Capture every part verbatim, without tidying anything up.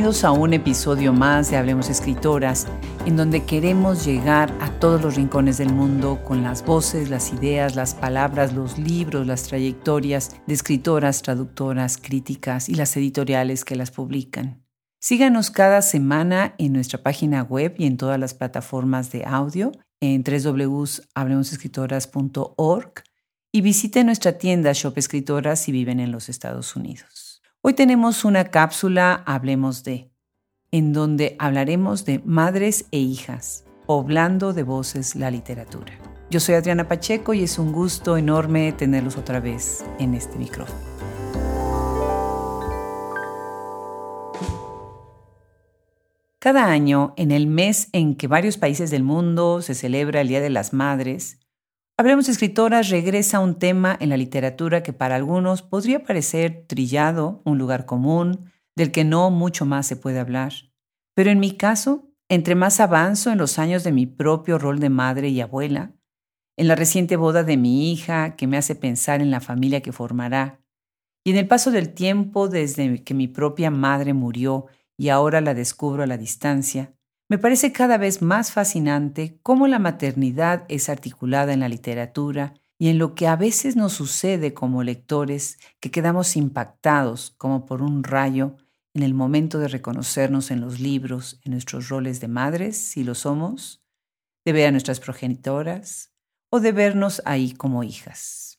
Bienvenidos a un episodio más de Hablemos Escritoras, en donde queremos llegar a todos los rincones del mundo con las voces, las ideas, las palabras, los libros, las trayectorias de escritoras, traductoras, críticas y las editoriales que las publican. Síganos cada semana en nuestra página web y en todas las plataformas de audio en doble u doble u doble u punto hablemos escritoras punto org y visiten nuestra tienda Shop Escritoras si viven en los Estados Unidos. Hoy tenemos una cápsula Hablemos de, en donde hablaremos de madres e hijas, poblando de voces la literatura. Yo soy Adriana Pacheco y es un gusto enorme tenerlos otra vez en este micrófono. Cada año, en el mes en que varios países del mundo se celebra el Día de las Madres, Hablemos Escritoras regresa a un tema en la literatura que para algunos podría parecer trillado, un lugar común, del que no mucho más se puede hablar. Pero en mi caso, entre más avanzo en los años de mi propio rol de madre y abuela, en la reciente boda de mi hija que me hace pensar en la familia que formará, y en el paso del tiempo desde que mi propia madre murió y ahora la descubro a la distancia, me parece cada vez más fascinante cómo la maternidad es articulada en la literatura y en lo que a veces nos sucede como lectores que quedamos impactados como por un rayo en el momento de reconocernos en los libros, en nuestros roles de madres, si lo somos, de ver a nuestras progenitoras o de vernos ahí como hijas.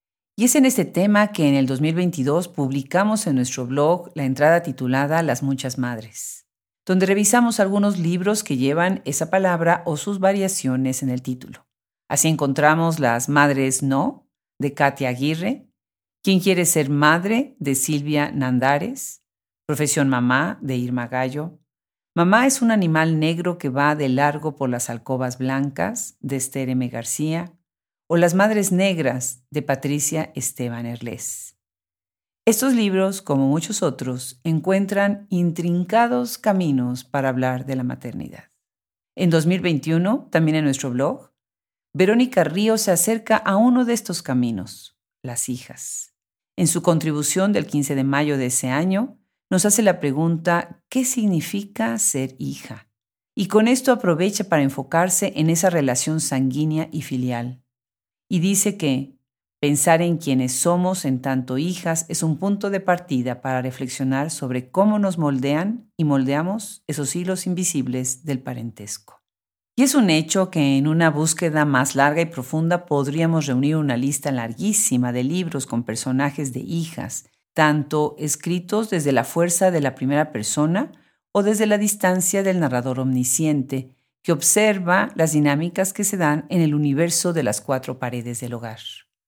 Y es en este tema que en el dos mil veintidós publicamos en nuestro blog la entrada titulada Las muchas madres, donde revisamos algunos libros que llevan esa palabra o sus variaciones en el título. Así encontramos Las Madres No, de Katia Aguirre, ¿Quién quiere ser madre?, de Silvia Nandares, Profesión Mamá, de Irma Gallo, Mamá es un animal negro que va de largo por las alcobas blancas, de Esther M. García, o Las Madres Negras, de Patricia Esteban Erlés. Estos libros, como muchos otros, encuentran intrincados caminos para hablar de la maternidad. En dos mil veintiuno, también en nuestro blog, Verónica Ríos se acerca a uno de estos caminos, las hijas. En su contribución del quince de mayo de ese año, nos hace la pregunta ¿qué significa ser hija? Y con esto aprovecha para enfocarse en esa relación sanguínea y filial. Y dice que pensar en quienes somos en tanto hijas es un punto de partida para reflexionar sobre cómo nos moldean y moldeamos esos hilos invisibles del parentesco. Y es un hecho que en una búsqueda más larga y profunda podríamos reunir una lista larguísima de libros con personajes de hijas, tanto escritos desde la fuerza de la primera persona o desde la distancia del narrador omnisciente, que observa las dinámicas que se dan en el universo de las cuatro paredes del hogar.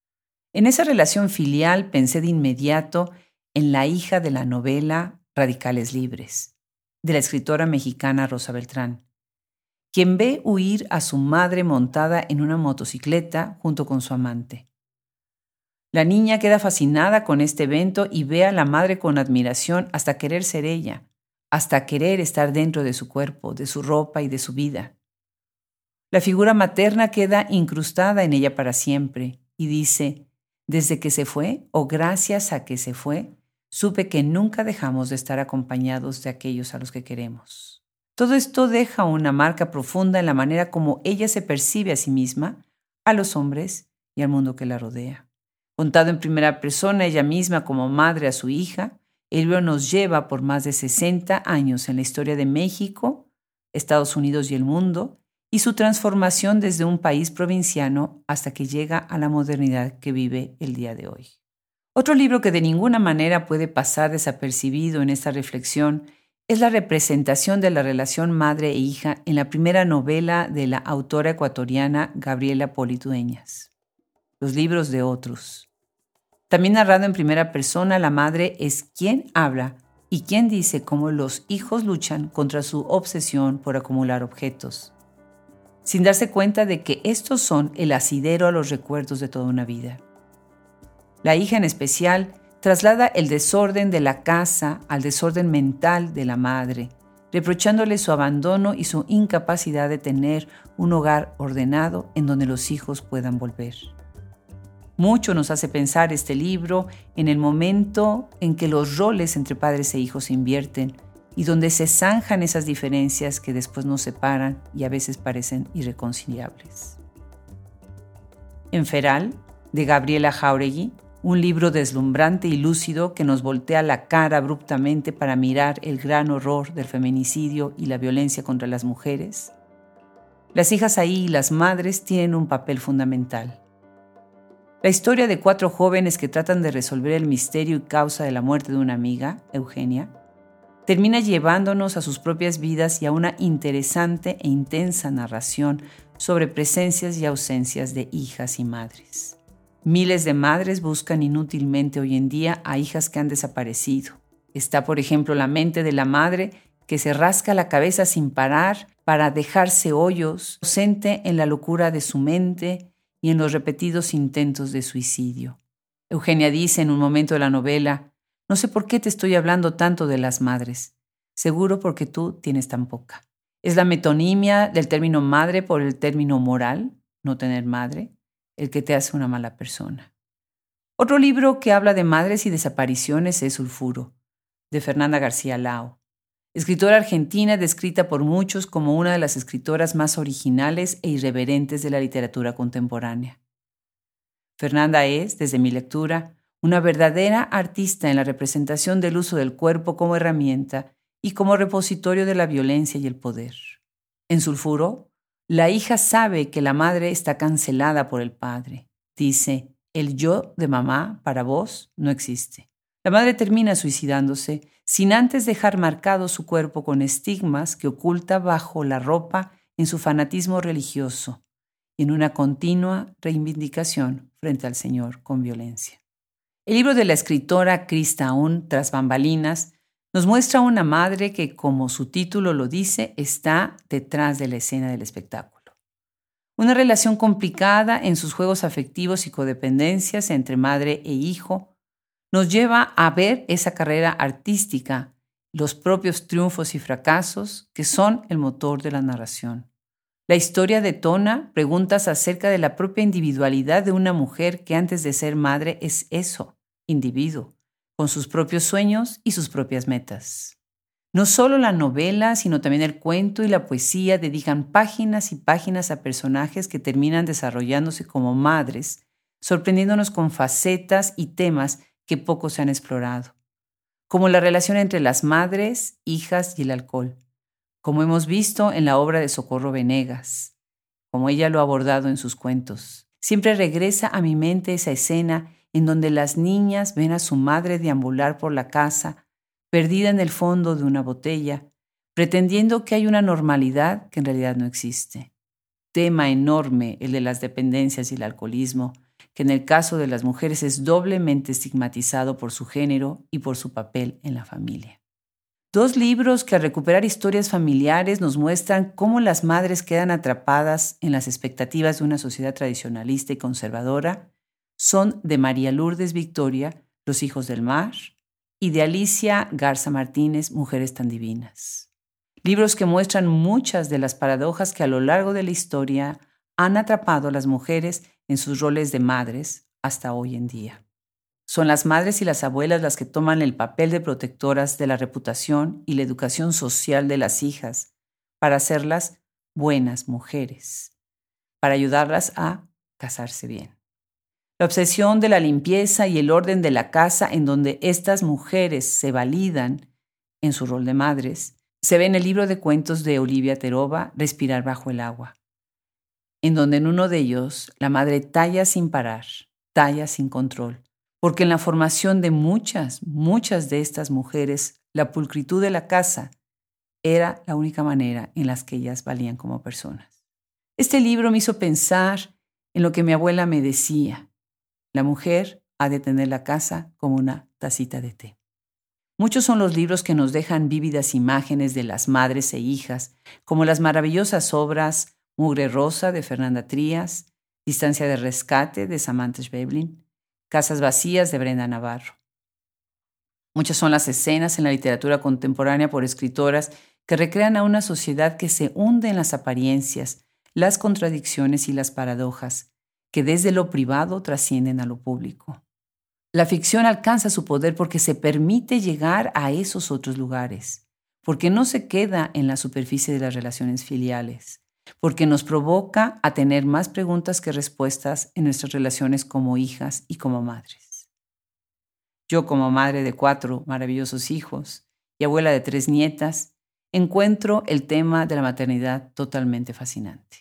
En esa relación filial pensé de inmediato en la hija de la novela Radicales Libres, de la escritora mexicana Rosa Beltrán, quien ve huir a su madre montada en una motocicleta junto con su amante. La niña queda fascinada con este evento y ve a la madre con admiración hasta querer ser ella, hasta querer estar dentro de su cuerpo, de su ropa y de su vida. La figura materna queda incrustada en ella para siempre y dice: desde que se fue, o gracias a que se fue, supe que nunca dejamos de estar acompañados de aquellos a los que queremos. Todo esto deja una marca profunda en la manera como ella se percibe a sí misma, a los hombres y al mundo que la rodea. Contado en primera persona ella misma como madre a su hija, el libro nos lleva por más de sesenta años en la historia de México, Estados Unidos y el mundo, y su transformación desde un país provinciano hasta que llega a la modernidad que vive el día de hoy. Otro libro que de ninguna manera puede pasar desapercibido en esta reflexión es la representación de la relación madre e hija en la primera novela de la autora ecuatoriana Gabriela Poli Dueñas, Los libros de otros. También narrado en primera persona, la madre es quien habla y quien dice cómo los hijos luchan contra su obsesión por acumular objetos, sin darse cuenta de que estos son el asidero a los recuerdos de toda una vida. La hija en especial traslada el desorden de la casa al desorden mental de la madre, reprochándole su abandono y su incapacidad de tener un hogar ordenado en donde los hijos puedan volver. Mucho nos hace pensar este libro en el momento en que los roles entre padres e hijos se invierten y donde se zanjan esas diferencias que después nos separan y a veces parecen irreconciliables. En Feral, de Gabriela Jáuregui, un libro deslumbrante y lúcido que nos voltea la cara abruptamente para mirar el gran horror del feminicidio y la violencia contra las mujeres. Las hijas ahí y las madres tienen un papel fundamental. La historia de cuatro jóvenes que tratan de resolver el misterio y causa de la muerte de una amiga, Eugenia, termina llevándonos a sus propias vidas y a una interesante e intensa narración sobre presencias y ausencias de hijas y madres. Miles de madres buscan inútilmente hoy en día a hijas que han desaparecido. Está, por ejemplo, la mente de la madre que se rasca la cabeza sin parar para dejarse hoyos, ausente en la locura de su mente y en los repetidos intentos de suicidio. Eugenia dice en un momento de la novela: no sé por qué te estoy hablando tanto de las madres. Seguro porque tú tienes tan poca. Es la metonimia del término madre por el término moral, no tener madre, el que te hace una mala persona. Otro libro que habla de madres y desapariciones es Sulfuro, de Fernanda García Lao, escritora argentina descrita por muchos como una de las escritoras más originales e irreverentes de la literatura contemporánea. Fernanda es, desde mi lectura, una verdadera artista en la representación del uso del cuerpo como herramienta y como repositorio de la violencia y el poder. En Sulfuro, la hija sabe que la madre está cancelada por el padre. Dice: el yo de mamá para vos no existe. La madre termina suicidándose sin antes dejar marcado su cuerpo con estigmas que oculta bajo la ropa en su fanatismo religioso y en una continua reivindicación frente al Señor con violencia. El libro de la escritora Krista Aún, Tras bambalinas, nos muestra a una madre que, como su título lo dice, está detrás de la escena del espectáculo. Una relación complicada en sus juegos afectivos y codependencias entre madre e hijo nos lleva a ver esa carrera artística, los propios triunfos y fracasos que son el motor de la narración. La historia detona preguntas acerca de la propia individualidad de una mujer que antes de ser madre es eso, individuo, con sus propios sueños y sus propias metas. No solo la novela, sino también el cuento y la poesía dedican páginas y páginas a personajes que terminan desarrollándose como madres, sorprendiéndonos con facetas y temas que poco se han explorado, como la relación entre las madres, hijas y el alcohol, como hemos visto en la obra de Socorro Venegas, como ella lo ha abordado en sus cuentos. Siempre regresa a mi mente esa escena en donde las niñas ven a su madre deambular por la casa, perdida en el fondo de una botella, pretendiendo que hay una normalidad que en realidad no existe. Tema enorme el de las dependencias y el alcoholismo, que en el caso de las mujeres es doblemente estigmatizado por su género y por su papel en la familia. Dos libros que al recuperar historias familiares nos muestran cómo las madres quedan atrapadas en las expectativas de una sociedad tradicionalista y conservadora son de María Lourdes Victoria, Los hijos del mar, y de Alicia Garza Martínez, Mujeres tan divinas. Libros que muestran muchas de las paradojas que a lo largo de la historia han atrapado a las mujeres en sus roles de madres hasta hoy en día. Son las madres y las abuelas las que toman el papel de protectoras de la reputación y la educación social de las hijas para hacerlas buenas mujeres, para ayudarlas a casarse bien. La obsesión de la limpieza y el orden de la casa en donde estas mujeres se validan en su rol de madres se ve en el libro de cuentos de Olivia Terova, Respirar bajo el agua, en donde en uno de ellos la madre talla sin parar, talla sin control, porque en la formación de muchas, muchas de estas mujeres, la pulcritud de la casa era la única manera en la que ellas valían como personas. Este libro me hizo pensar en lo que mi abuela me decía: la mujer ha de tener la casa como una tacita de té. Muchos son los libros que nos dejan vívidas imágenes de las madres e hijas, como las maravillosas obras Mugre Rosa de Fernanda Trías, Distancia de rescate de Samantha Schweblin, Casas vacías de Brenda Navarro. Muchas son las escenas en la literatura contemporánea por escritoras que recrean a una sociedad que se hunde en las apariencias, las contradicciones y las paradojas, que desde lo privado trascienden a lo público. La ficción alcanza su poder porque se permite llegar a esos otros lugares, porque no se queda en la superficie de las relaciones filiales, porque nos provoca a tener más preguntas que respuestas en nuestras relaciones como hijas y como madres. Yo, como madre de cuatro maravillosos hijos y abuela de tres nietas, encuentro el tema de la maternidad totalmente fascinante.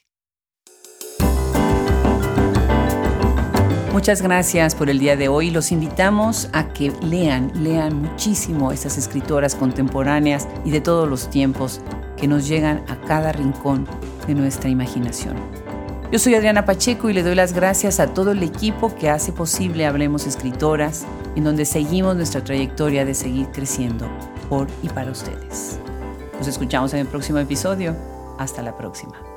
Muchas gracias por el día de hoy. Los invitamos a que lean, lean muchísimo a estas escritoras contemporáneas y de todos los tiempos que nos llegan a cada rincón de nuestra imaginación. Yo soy Adriana Pacheco y le doy las gracias a todo el equipo que hace posible Hablemos Escritoras, en donde seguimos nuestra trayectoria de seguir creciendo por y para ustedes. Nos escuchamos en el próximo episodio. Hasta la próxima.